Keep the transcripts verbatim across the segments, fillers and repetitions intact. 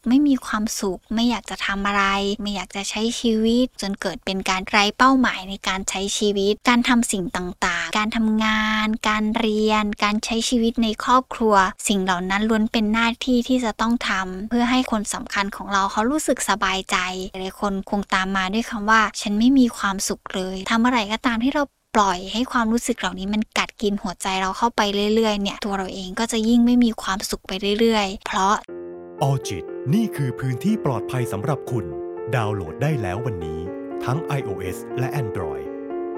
ไม่มีความสุขไม่อยากจะทำอะไรไม่อยากจะใช้ชีวิตจนเกิดเป็นการไร้เป้าหมายในการใช้ชีวิตการทำสิ่งต่างๆการทำงานการเรียนการใช้ชีวิตในครอบครัวสิ่งเหล่านั้นล้วนเป็นหน้าที่ที่จะต้องทำเพื่อให้คนสำคัญของเราเขารู้สึกสบายใจหลายคนคงตามมาด้วยคำว่าฉันไม่มีความสุขเลยทำอะไรก็ตามที่เราปล่อยให้ความรู้สึกเหล่านี้มันกัดกินหัวใจเราเข้าไปเรื่อยๆเนี่ยตัวเราเองก็จะยิ่งไม่มีความสุขไปเรื่อยๆเพราะ Alljit นี่คือพื้นที่ปลอดภัยสำหรับคุณดาวน์โหลดได้แล้ววันนี้ทั้ง iOS และ Android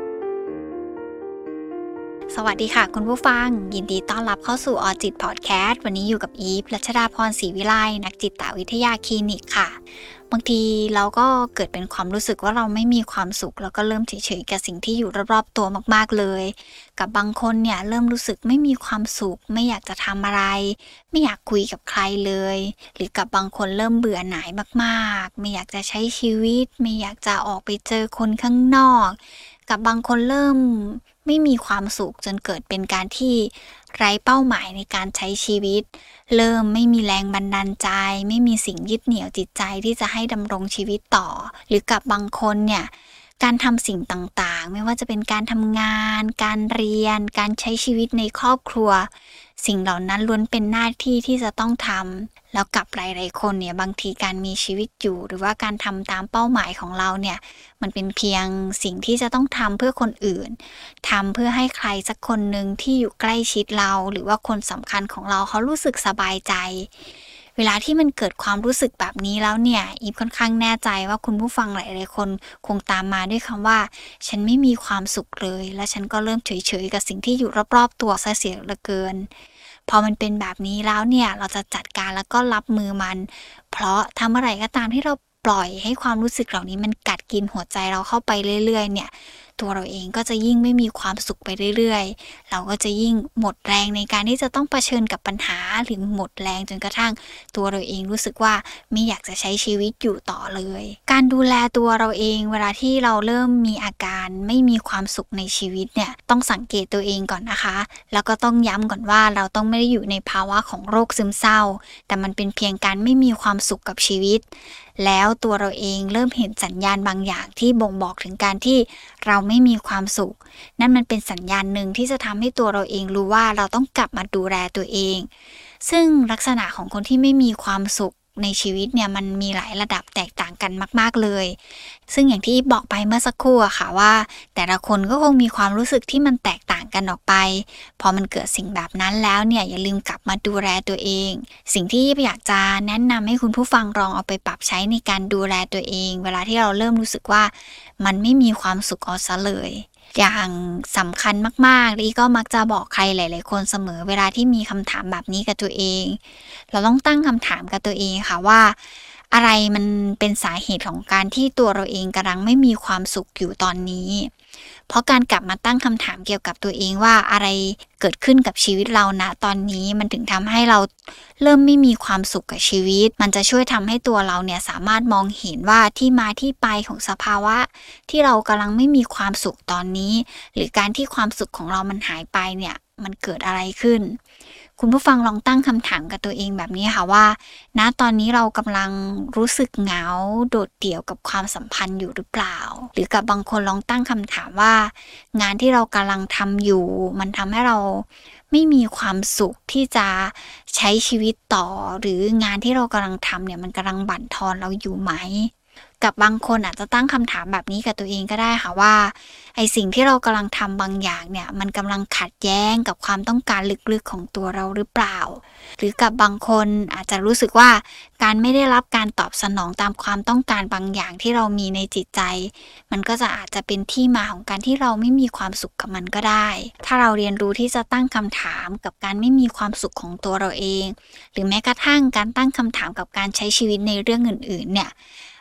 สวัสดีค่ะคุณผู้ฟังยินดีต้อนรับเข้าสู่ Alljit Podcast วันนี้อยู่กับอีฟรัชดาพรศรีวิไลนักจิตวิทยาคลินิกค่ะบางทีเราก็เกิดเป็นความรู้สึกว่าเราไม่มีความสุขแล้วก็เริ่มเฉยๆกับสิ่งที่อยู่รอบๆตัวมากๆเลยกับบางคนเนี่ยเริ่มรู้สึกไม่มีความสุขไม่อยากจะทำอะไรไม่อยากคุยกับใครเลยหรือกับบางคนเริ่มเบื่อหน่ายมากๆไม่อยากจะใช้ชีวิตไม่อยากจะออกไปเจอคนข้างนอกกับบางคนเริ่มไม่มีความสุขจนเกิดเป็นการที่ไร้เป้าหมายในการใช้ชีวิตเริ่มไม่มีแรงบันดาลใจไม่มีสิ่งยึดเหนี่ยวจิตใจที่จะให้ดำรงชีวิตต่อหรือกับบางคนเนี่ยการทำสิ่งต่างๆไม่ว่าจะเป็นการทำงานการเรียนการใช้ชีวิตในครอบครัวสิ่งเหล่านั้นล้วนเป็นหน้าที่ที่จะต้องทำแล้วกับหลายๆคนเนี่ยบางทีการมีชีวิตอยู่หรือว่าการทำตามเป้าหมายของเราเนี่ยมันเป็นเพียงสิ่งที่จะต้องทำเพื่อคนอื่นทำเพื่อให้ใครสักคนหนึ่งที่อยู่ใกล้ชิดเราหรือว่าคนสำคัญของเราเขารู้สึกสบายใจเวลาที่มันเกิดความรู้สึกแบบนี้แล้วเนี่ยอีฟค่อนข้างแน่ใจว่าคุณผู้ฟังหลายๆคนคงตามมาด้วยคำว่าฉันไม่มีความสุขเลยและฉันก็เริ่มเฉยๆกับสิ่งที่อยู่รอบๆตัวซะเสียเหลือเกินพอมันเป็นแบบนี้แล้วเนี่ยเราจะจัดการแล้วก็รับมือมันเพราะทำอะไรก็ตามที่เราปล่อยให้ความรู้สึกเหล่านี้มันกัดกินหัวใจเราเข้าไปเรื่อยๆเนี่ยตัวเราเองก็จะยิ่งไม่มีความสุขไปเรื่อยๆเราก็จะยิ่งหมดแรงในการที่จะต้องเผชิญกับปัญหาหรือหมดแรงจนกระทั่งตัวเราเองรู้สึกว่าไม่อยากจะใช้ชีวิตอยู่ต่อเลยการดูแลตัวเราเองเวลาที่เราเริ่มมีอาการไม่มีความสุขในชีวิตเนี่ยต้องสังเกตตัวเองก่อนนะคะแล้วก็ต้องย้ำก่อนว่าเราต้องไม่ได้อยู่ในภาวะของโรคซึมเศร้าแต่มันเป็นเพียงการไม่มีความสุขกับชีวิตแล้วตัวเราเองเริ่มเห็นสัญญาณบางอย่างที่บ่งบอกถึงการที่เราไม่มีความสุขนั่นมันเป็นสัญญาณหนึ่งที่จะทำให้ตัวเราเองรู้ว่าเราต้องกลับมาดูแลตัวเองซึ่งลักษณะของคนที่ไม่มีความสุขในชีวิตเนี่ยมันมีหลายระดับแตกต่างกันมากๆเลยซึ่งอย่างที่บอกไปเมื่อสักครู่อะค่ะว่าแต่ละคนก็คงมีความรู้สึกที่มันแตกต่างกันออกไปพอมันเกิดสิ่งแบบนั้นแล้วเนี่ยอย่าลืมกลับมาดูแลตัวเองสิ่งที่อยากจะแนะนำให้คุณผู้ฟังลองเอาไปปรับใช้ในการดูแลตัวเองเวลาที่เราเริ่มรู้สึกว่ามันไม่มีความสุขเอาซะเลยอย่างสำคัญมากๆลี่ก็มักจะบอกใครหลายๆคนเสมอเวลาที่มีคำถามแบบนี้กับตัวเองเราต้องตั้งคำถามกับตัวเองค่ะว่าอะไรมันเป็นสาเหตุของการที่ตัวเราเองกำลังไม่มีความสุขอยู่ตอนนี้เพราะการกลับมาตั้งคำถามเกี่ยวกับตัวเองว่าอะไรเกิดขึ้นกับชีวิตเราณตอนนี้มันถึงทำให้เราเริ่มไม่มีความสุขกับชีวิตมันจะช่วยทำให้ตัวเราเนี่ยสามารถมองเห็นว่าที่มาที่ไปของสภาวะที่เรากำลังไม่มีความสุขตอนนี้หรือการที่ความสุขของเรามันหายไปเนี่ยมันเกิดอะไรขึ้นคุณผู้ฟังลองตั้งคำถามกับตัวเองแบบนี้ค่ะว่าณตอนนี้เรากำลังรู้สึกเหงาโดดเดี่ยวกับความสัมพันธ์อยู่หรือเปล่าหรือกับบางคนลองตั้งคำถามว่างานที่เรากำลังทำอยู่มันทำให้เราไม่มีความสุขที่จะใช้ชีวิตต่อหรืองานที่เรากำลังทำเนี่ยมันกำลังบั่นทอนเราอยู่ไหมกับบางคนอาจจะตั้งคำถามแบบนี้กับตัวเองก็ได้ค่ะว่าไอสิ่งที่เรากำลังทำบางอย่างเนี่ยมันกำลังขัดแย้งกับความต้องการลึกๆของตัวเราหรือเปล่าหรือกับบางคนอาจจะรู้สึกว่าการไม่ได้รับการตอบสนองตามความต้องการบางอย่างที่เรามีในจิตใจมันก็จะอาจจะเป็นที่มาของการที่เราไม่มีความสุขกับมันก็ได้ถ้าเราเรียนรู้ที่จะตั้งคำถามกับการไม่มีความสุขของตัวเราเองหรือแม้กระทั่งการตั้งคำถามกับการใช้ชีวิตในเรื่องอื่นๆเนี่ย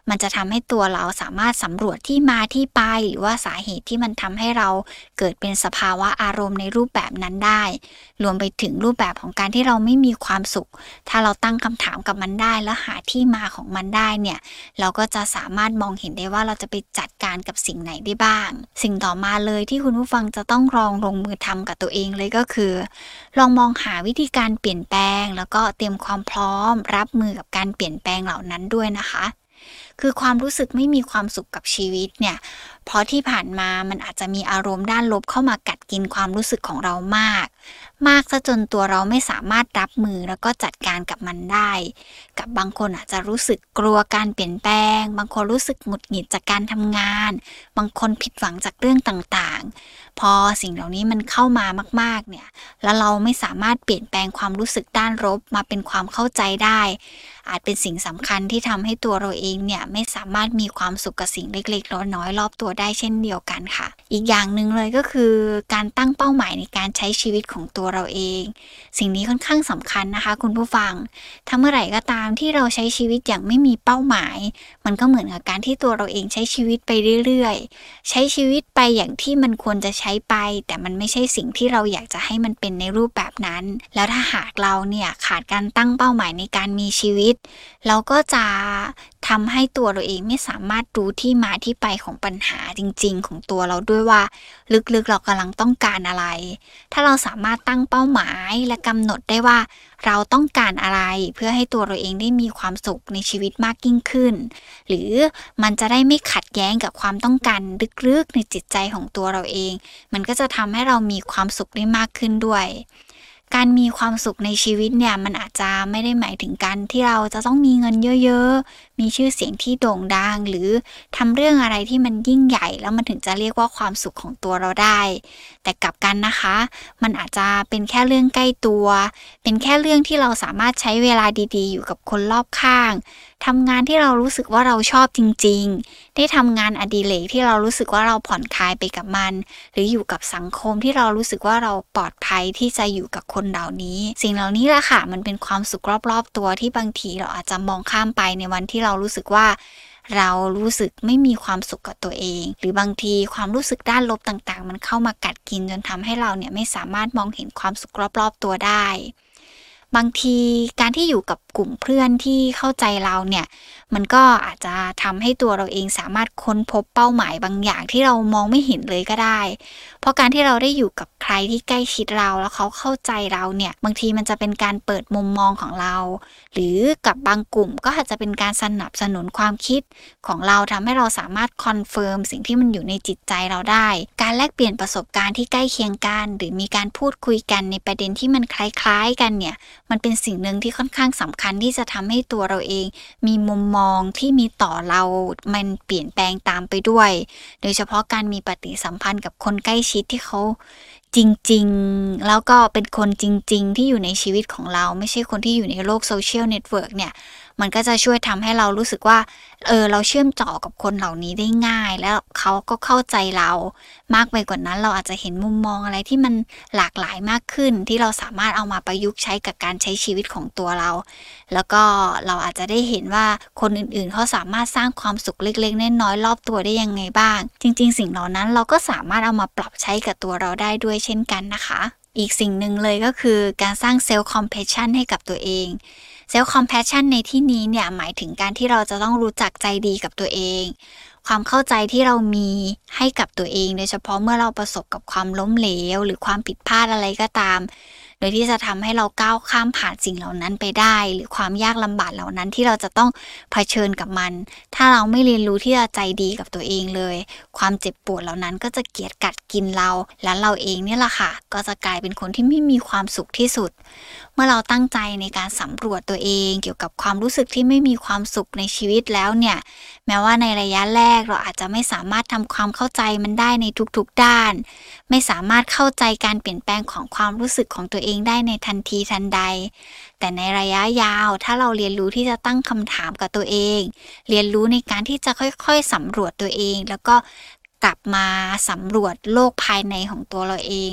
มันจะทำให้ตัวเราสามารถสำรวจที่มาที่ไปหรือว่าสาเหตุที่มันทำให้เราเกิดเป็นสภาวะอารมณ์ในรูปแบบนั้นได้รวมไปถึงรูปแบบของการที่เราไม่มีความสุขถ้าเราตั้งคำถามกับมันได้แล้วหาที่มาของมันได้เนี่ยเราก็จะสามารถมองเห็นได้ว่าเราจะไปจัดการกับสิ่งไหนได้บ้างสิ่งต่อมาเลยที่คุณผู้ฟังจะต้องลองลงมือทำกับตัวเองเลยก็คือลองมองหาวิธีการเปลี่ยนแปลงแล้วก็เตรียมความพร้อมรับมือกับการเปลี่ยนแปลงเหล่านั้นด้วยนะคะคือความรู้สึกไม่มีความสุขกับชีวิตเนี่ยเพราะที่ผ่านมามันอาจจะมีอารมณ์ด้านลบเข้ามากัดกินความรู้สึกของเรามากมากซะจนตัวเราไม่สามารถรับมือแล้วก็จัดการกับมันได้กับบางคนอาจจะรู้สึกกลัวการเปลี่ยนแปลงบางคนรู้สึกหงุดหงิดจากการทำงานบางคนผิดหวังจากเรื่องต่างๆพอสิ่งเหล่านี้มันเข้ามามากๆเนี่ยแล้วเราไม่สามารถเปลี่ยนแปลงความรู้สึกด้านลบมาเป็นความเข้าใจได้อาจเป็นสิ่งสำคัญที่ทำให้ตัวเราเองเนี่ยไม่สามารถมีความสุขกับสิ่งเล็กๆน้อยๆรอบตัวได้เช่นเดียวกันค่ะอีกอย่างหนึ่งเลยก็คือการตั้งเป้าหมายในการใช้ชีวิตของตัวเราเองสิ่งนี้ค่อนข้างสำคัญนะคะคุณผู้ฟังถ้าเมื่อไหร่ก็ตามที่เราใช้ชีวิตอย่างไม่มีเป้าหมายมันก็เหมือนกับการที่ตัวเราเองใช้ชีวิตไปเรื่อยๆใช้ชีวิตไปอย่างที่มันควรจะใช้ไปแต่มันไม่ใช่สิ่งที่เราอยากจะให้มันเป็นในรูปแบบนั้นแล้วถ้าหากเราเนี่ยขาดการตั้งเป้าหมายในการมีชีวิตเราก็จะทำให้ตัวเราเองไม่สามารถรู้ที่มาที่ไปของปัญหาจริงๆของตัวเราด้วยว่าลึกๆเรากำลังต้องการอะไรถ้าเราสามารถตั้งเป้าหมายและกำหนดได้ว่าเราต้องการอะไรเพื่อให้ตัวเราเองได้มีความสุขในชีวิตมากยิ่งขึ้นหรือมันจะได้ไม่ขัดแย้งกับความต้องการลึกๆในจิตใจของตัวเราเองมันก็จะทำให้เรามีความสุขได้มากขึ้นด้วยการมีความสุขในชีวิตเนี่ยมันอาจจะไม่ได้หมายถึงการที่เราจะต้องมีเงินเยอะๆมีชื่อเสียงที่โด่งดังหรือทำเรื่องอะไรที่มันยิ่งใหญ่แล้วมันถึงจะเรียกว่าความสุขของตัวเราได้แต่กลับกันนะคะมันอาจจะเป็นแค่เรื่องใกล้ตัวเป็นแค่เรื่องที่เราสามารถใช้เวลาดีๆอยู่กับคนรอบข้างทำงานที่เรารู้สึกว่าเราชอบจริงๆได้ทำงานอดิเรกที่เรารู้สึกว่าเราผ่อนคลายไปกับมันหรืออยู่กับสังคมที่เรารู้สึกว่าเราปลอดภัยที่จะอยู่กับคนเหล่านี้สิ่งเหล่านี้แหละค่ะมันเป็นความสุขรอบๆตัวที่บางทีเราอาจจะมองข้ามไปในวันที่เรารู้สึกว่าเรารู้สึกไม่มีความสุขกับตัวเองหรือบางทีความรู้สึกด้านลบต่างๆมันเข้ามากัดกินจนทำให้เราเนี่ยไม่สามารถมองเห็นความสุขรอบๆตัวได้บางทีการที่อยู่กับกลุ่มเพื่อนที่เข้าใจเราเนี่ยมันก็อาจจะทำให้ตัวเราเองสามารถค้นพบเป้าหมายบางอย่างที่เรามองไม่เห็นเลยก็ได้เพราะการที่เราได้อยู่กับใครที่ใกล้ชิดเราแล้วเขาเข้าใจเราเนี่ยบางทีมันจะเป็นการเปิดมุมมองของเราหรือกับบางกลุ่มก็อาจจะเป็นการสนับสนุนความคิดของเราทำให้เราสามารถคอนเฟิร์มสิ่งที่มันอยู่ในจิตใจเราได้การแลกเปลี่ยนประสบการณ์ที่ใกล้เคียงกันหรือมีการพูดคุยกันในประเด็นที่มันคล้ายๆกันเนี่ยมันเป็นสิ่งหนึ่งที่ค่อนข้างสำคัญที่จะทำให้ตัวเราเองมีมุมมองที่มีต่อเรามันเปลี่ยนแปลงตามไปด้วยโดยเฉพาะการมีปฏิสัมพันธ์กับคนใกล้ชิดที่เขาจริงๆแล้วก็เป็นคนจริงๆที่อยู่ในชีวิตของเราไม่ใช่คนที่อยู่ในโลกโซเชียลเน็ตเวิร์กเนี่ยมันก็จะช่วยทำให้เรารู้สึกว่าเออเราเชื่อมต่อกับคนเหล่านี้ได้ง่ายแล้วเขาก็เข้าใจเรามากไปกว่านั้นเราอาจจะเห็นมุมมองอะไรที่มันหลากหลายมากขึ้นที่เราสามารถเอามาประยุกต์ใช้กับการใช้ชีวิตของตัวเราแล้วก็เราอาจจะได้เห็นว่าคนอื่นๆเขาสามารถสร้างความสุขเล็กๆน้อยๆรอบตัวได้ยังไงบ้างจริงๆสิ่งเหล่านั้นเราก็สามารถเอามาปรับใช้กับตัวเราได้ด้วยเช่นกันนะคะอีกสิ่งหนึ่งเลยก็คือการสร้างเซลฟ์คอมเพชชั่นให้กับตัวเองเซลฟ์คอมแพชชั่นในที่นี้เนี่ยหมายถึงการที่เราจะต้องรู้จักใจดีกับตัวเองความเข้าใจที่เรามีให้กับตัวเองโดยเฉพาะเมื่อเราประสบกับความล้มเหลวหรือความผิดพลาดอะไรก็ตามโดยที่จะทำให้เราก้าวข้ามผ่านสิ่งเหล่านั้นไปได้หรือความยากลำบากเหล่านั้นที่เราจะต้องเผชิญกับมันถ้าเราไม่เรียนรู้ที่จะใจดีกับตัวเองเลยความเจ็บปวดเหล่านั้นก็จะเกลียดกัดกินเราและเราเองเนี่ยแหละค่ะก็จะกลายเป็นคนที่ไม่มีความสุขที่สุดเมื่อเราตั้งใจในการสำรวจตัวเองเกี่ยวกับความรู้สึกที่ไม่มีความสุขในชีวิตแล้วเนี่ยแม้ว่าในระยะแรกเราอาจจะไม่สามารถทำความเข้าใจมันได้ในทุกๆด้านไม่สามารถเข้าใจการเปลี่ยนแปลงของความรู้สึกของตัวเองได้ในทันทีทันใดแต่ในระยะยาวถ้าเราเรียนรู้ที่จะตั้งคำถามกับตัวเองเรียนรู้ในการที่จะค่อยๆสำรวจตัวเองแล้วก็กลับมาสำรวจโลกภายในของตัวเราเอง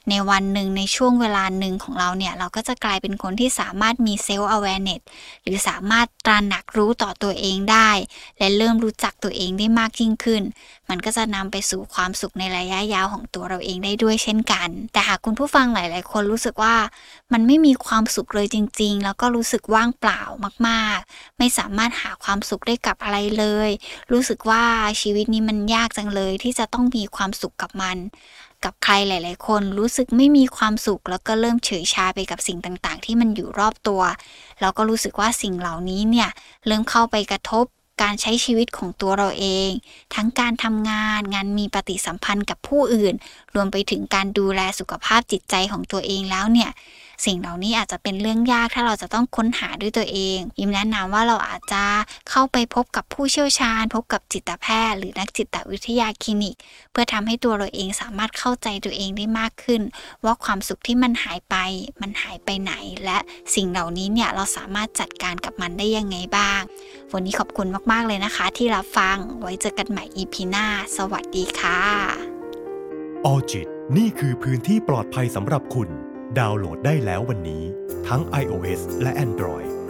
ในวันหนึ่งในช่วงเวลาหนึ่งของเราเนี่ยเราก็จะกลายเป็นคนที่สามารถมี self awareness หรือสามารถตระหนักรู้ต่อตัวเองได้และเริ่มรู้จักตัวเองได้มากยิ่งขึ้นมันก็จะนำไปสู่ความสุขในระยะยาวของตัวเราเองได้ด้วยเช่นกันแต่หากคุณผู้ฟังหลายๆคนรู้สึกว่ามันไม่มีความสุขเลยจริงๆแล้วก็รู้สึกว่างเปล่ามากๆไม่สามารถหาความสุขได้กับอะไรเลยรู้สึกว่าชีวิตนี้มันยากจังเลยที่จะต้องมีความสุขกับมันกับใครหลายๆคนรู้สึกไม่มีความสุขแล้วก็เริ่มเฉยชาไปกับสิ่งต่างๆที่มันอยู่รอบตัวแล้วก็รู้สึกว่าสิ่งเหล่านี้เนี่ยเริ่มเข้าไปกระทบการใช้ชีวิตของตัวเราเองทั้งการทำงานงานมีปฏิสัมพันธ์กับผู้อื่นรวมไปถึงการดูแลสุขภาพจิตใจของตัวเองแล้วเนี่ยสิ่งเหล่านี้อาจจะเป็นเรื่องยากถ้าเราจะต้องค้นหาด้วยตัวเองยิมแนะนำว่าเราอาจจะเข้าไปพบกับผู้เชี่ยวชาญพบกับจิตแพทย์หรือนักจิตวิทยาคลินิกเพื่อทำให้ตัวเราเองสามารถเข้าใจตัวเองได้มากขึ้นว่าความสุขที่มันหายไปมันหายไปไหนและสิ่งเหล่านี้เนี่ยเราสามารถจัดการกับมันได้ยังไงบ้างวันนี้ขอบคุณมากๆเลยนะคะที่รับฟังไว้เจอกันใหม่ อี พี หน้าสวัสดีค่ะออจิตนี่คือพื้นที่ปลอดภัยสำหรับคุณดาวน์โหลดได้แล้ววันนี้ทั้ง iOS และ Android